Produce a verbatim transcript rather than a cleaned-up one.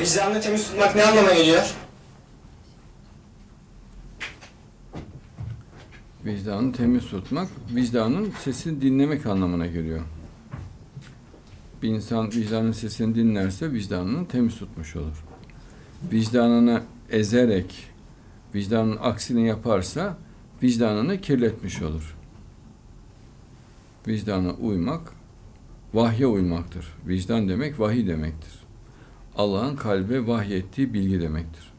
Vicdanını temiz tutmak ne anlama geliyor? Vicdanını temiz tutmak, vicdanın sesini dinlemek anlamına geliyor. Bir insan vicdanın sesini dinlerse vicdanını temiz tutmuş olur. Vicdanını ezerek, vicdanın aksini yaparsa vicdanını kirletmiş olur. Vicdana uymak, vahye uymaktır. Vicdan demek vahiy demektir. Allah'ın kalbe vahyettiği bilgi demektir.